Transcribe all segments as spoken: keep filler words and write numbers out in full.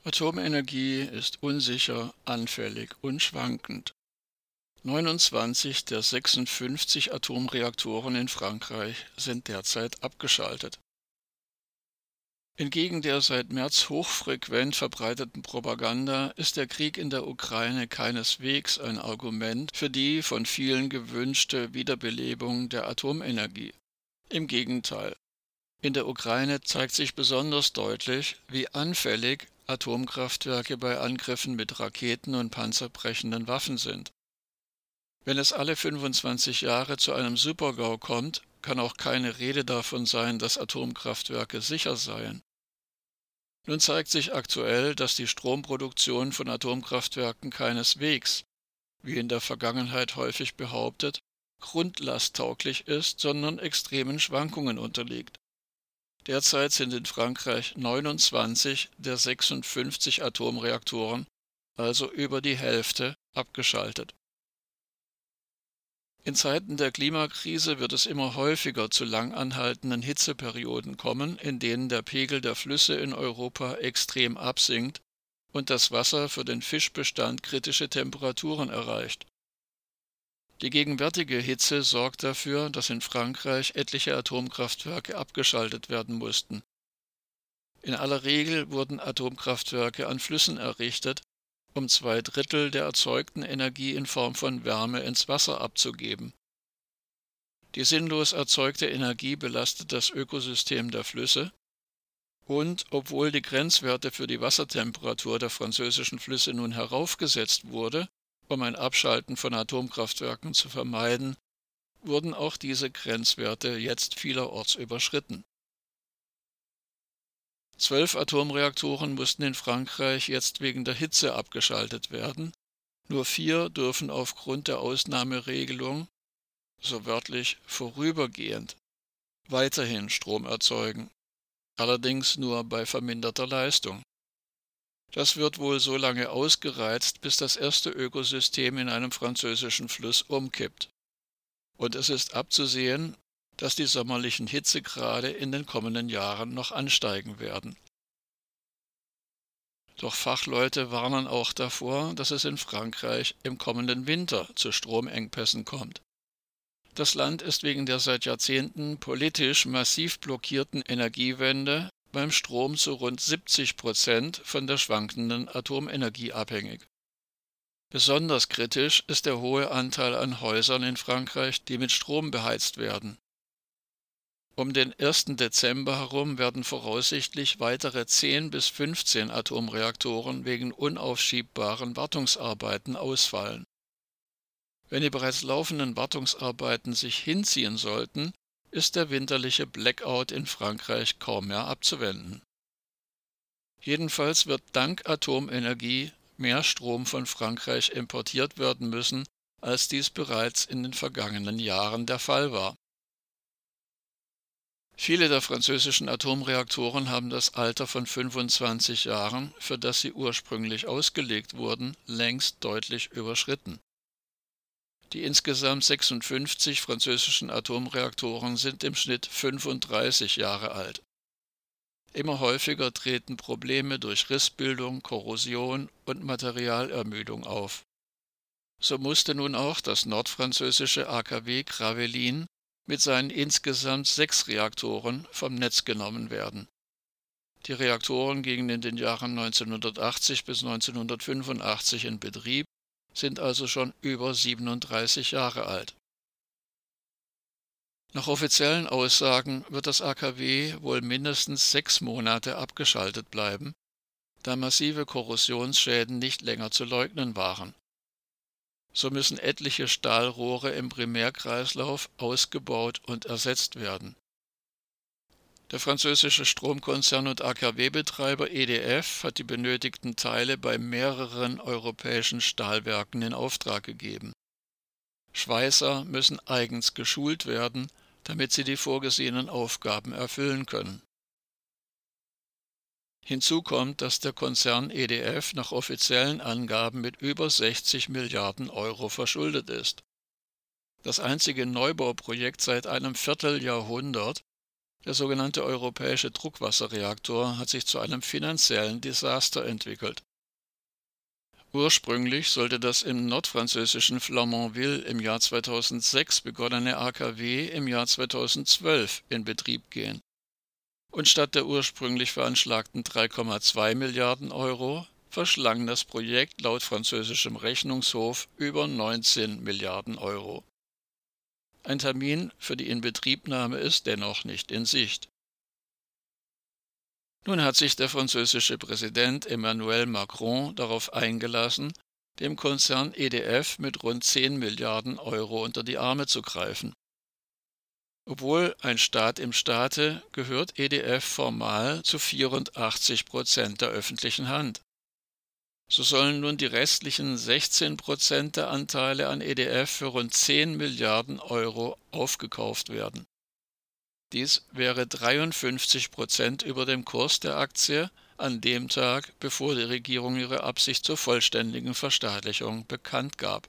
Atomenergie ist unsicher, anfällig und schwankend. neunundzwanzig der sechsundfünfzig Atomreaktoren in Frankreich sind derzeit abgeschaltet. Entgegen der seit März hochfrequent verbreiteten Propaganda ist der Krieg in der Ukraine keineswegs ein Argument für die von vielen gewünschte Wiederbelebung der Atomenergie. Im Gegenteil. In der Ukraine zeigt sich besonders deutlich, wie anfällig Atomkraftwerke bei Angriffen mit Raketen und panzerbrechenden Waffen sind. Wenn es alle fünfundzwanzig Jahre zu einem Supergau kommt, kann auch keine Rede davon sein, dass Atomkraftwerke sicher seien. Nun zeigt sich aktuell, dass die Stromproduktion von Atomkraftwerken keineswegs, wie in der Vergangenheit häufig behauptet, grundlasttauglich ist, sondern extremen Schwankungen unterliegt. Derzeit sind in Frankreich neunundzwanzig der sechsundfünfzig Atomreaktoren, also über die Hälfte, abgeschaltet. In Zeiten der Klimakrise wird es immer häufiger zu lang anhaltenden Hitzeperioden kommen, in denen der Pegel der Flüsse in Europa extrem absinkt und das Wasser für den Fischbestand kritische Temperaturen erreicht. Die gegenwärtige Hitze sorgt dafür, dass in Frankreich etliche Atomkraftwerke abgeschaltet werden mussten. In aller Regel wurden Atomkraftwerke an Flüssen errichtet, um zwei Drittel der erzeugten Energie in Form von Wärme ins Wasser abzugeben. Die sinnlos erzeugte Energie belastet das Ökosystem der Flüsse und, obwohl die Grenzwerte für die Wassertemperatur der französischen Flüsse nun heraufgesetzt wurde, um ein Abschalten von Atomkraftwerken zu vermeiden, wurden auch diese Grenzwerte jetzt vielerorts überschritten. Zwölf Atomreaktoren mussten in Frankreich jetzt wegen der Hitze abgeschaltet werden. Nur vier dürfen aufgrund der Ausnahmeregelung, so wörtlich vorübergehend, weiterhin Strom erzeugen, allerdings nur bei verminderter Leistung. Das wird wohl so lange ausgereizt, bis das erste Ökosystem in einem französischen Fluss umkippt. Und es ist abzusehen, dass die sommerlichen Hitzegrade in den kommenden Jahren noch ansteigen werden. Doch Fachleute warnen auch davor, dass es in Frankreich im kommenden Winter zu Stromengpässen kommt. Das Land ist wegen der seit Jahrzehnten politisch massiv blockierten Energiewende beim Strom zu rund siebzig Prozent von der schwankenden Atomenergie abhängig. Besonders kritisch ist der hohe Anteil an Häusern in Frankreich, die mit Strom beheizt werden. Um den ersten Dezember herum werden voraussichtlich weitere zehn bis fünfzehn Atomreaktoren wegen unaufschiebbaren Wartungsarbeiten ausfallen. Wenn die bereits laufenden Wartungsarbeiten sich hinziehen sollten, ist der winterliche Blackout in Frankreich kaum mehr abzuwenden. Jedenfalls wird dank Atomenergie mehr Strom von Frankreich importiert werden müssen, als dies bereits in den vergangenen Jahren der Fall war. Viele der französischen Atomreaktoren haben das Alter von fünfundzwanzig Jahren, für das sie ursprünglich ausgelegt wurden, längst deutlich überschritten. Die insgesamt sechsundfünfzig französischen Atomreaktoren sind im Schnitt fünfunddreißig Jahre alt. Immer häufiger treten Probleme durch Rissbildung, Korrosion und Materialermüdung auf. So musste nun auch das nordfranzösische A K W Gravelines mit seinen insgesamt sechs Reaktoren vom Netz genommen werden. Die Reaktoren gingen in den Jahren neunzehnhundertachtzig bis neunzehnhundertfünfundachtzig in Betrieb, sind also schon über siebenunddreißig Jahre alt. Nach offiziellen Aussagen wird das A K W wohl mindestens sechs Monate abgeschaltet bleiben, da massive Korrosionsschäden nicht länger zu leugnen waren. So müssen etliche Stahlrohre im Primärkreislauf ausgebaut und ersetzt werden. Der französische Stromkonzern und A K W-Betreiber E D F hat die benötigten Teile bei mehreren europäischen Stahlwerken in Auftrag gegeben. Schweißer müssen eigens geschult werden, damit sie die vorgesehenen Aufgaben erfüllen können. Hinzu kommt, dass der Konzern E D F nach offiziellen Angaben mit über sechzig Milliarden Euro verschuldet ist. Das einzige Neubauprojekt seit einem Vierteljahrhundert, Der sogenannte europäische Druckwasserreaktor hat sich zu einem finanziellen Desaster entwickelt. Ursprünglich sollte das im nordfranzösischen Flamanville im Jahr zweitausendsechs begonnene A K W im Jahr zweitausendzwölf in Betrieb gehen. Und statt der ursprünglich veranschlagten drei Komma zwei Milliarden Euro verschlang das Projekt laut französischem Rechnungshof über neunzehn Milliarden Euro. Ein Termin für die Inbetriebnahme ist dennoch nicht in Sicht. Nun hat sich der französische Präsident Emmanuel Macron darauf eingelassen, dem Konzern E D F mit rund zehn Milliarden Euro unter die Arme zu greifen. Obwohl ein Staat im Staate, gehört E D F formal zu vierundachtzig Prozent der öffentlichen Hand. So sollen nun die restlichen sechzehn Prozent der Anteile an E D F für rund zehn Milliarden Euro aufgekauft werden. Dies wäre dreiundfünfzig Prozent über dem Kurs der Aktie an dem Tag, bevor die Regierung ihre Absicht zur vollständigen Verstaatlichung bekannt gab.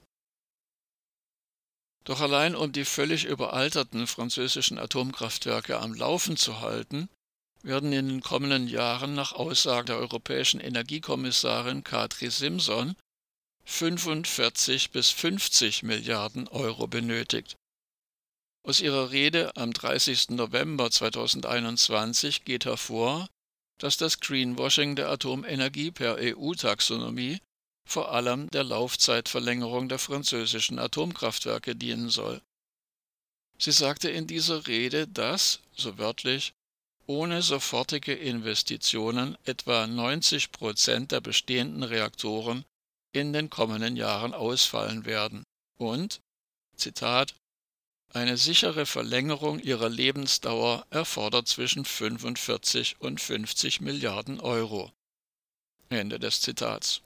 Doch allein um die völlig überalterten französischen Atomkraftwerke am Laufen zu halten, werden in den kommenden Jahren nach Aussagen der europäischen Energiekommissarin Kadri Simson fünfundvierzig bis fünfzig Milliarden Euro benötigt. Aus ihrer Rede am dreißigsten November zweitausendeinundzwanzig geht hervor, dass das Greenwashing der Atomenergie per E U-Taxonomie vor allem der Laufzeitverlängerung der französischen Atomkraftwerke dienen soll. Sie sagte in dieser Rede, dass, so wörtlich, ohne sofortige Investitionen etwa neunzig Prozent der bestehenden Reaktoren in den kommenden Jahren ausfallen werden und, Zitat, eine sichere Verlängerung ihrer Lebensdauer erfordert zwischen fünfundvierzig und fünfzig Milliarden Euro. Ende des Zitats.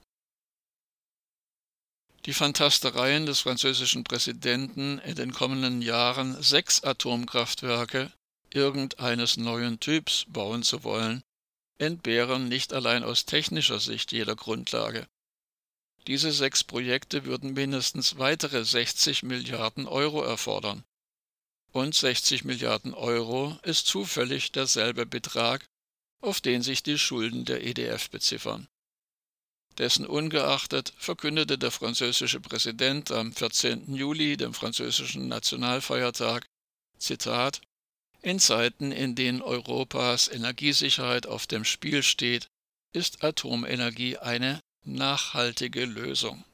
Die Fantastereien des französischen Präsidenten, in den kommenden Jahren sechs Atomkraftwerke irgendeines neuen Typs bauen zu wollen, entbehren nicht allein aus technischer Sicht jeder Grundlage. Diese sechs Projekte würden mindestens weitere sechzig Milliarden Euro erfordern. Und sechzig Milliarden Euro ist zufällig derselbe Betrag, auf den sich die Schulden der E D F beziffern. Dessen ungeachtet verkündete der französische Präsident am vierzehnten Juli, dem französischen Nationalfeiertag, Zitat, in Zeiten, in denen Europas Energiesicherheit auf dem Spiel steht, ist Atomenergie eine nachhaltige Lösung.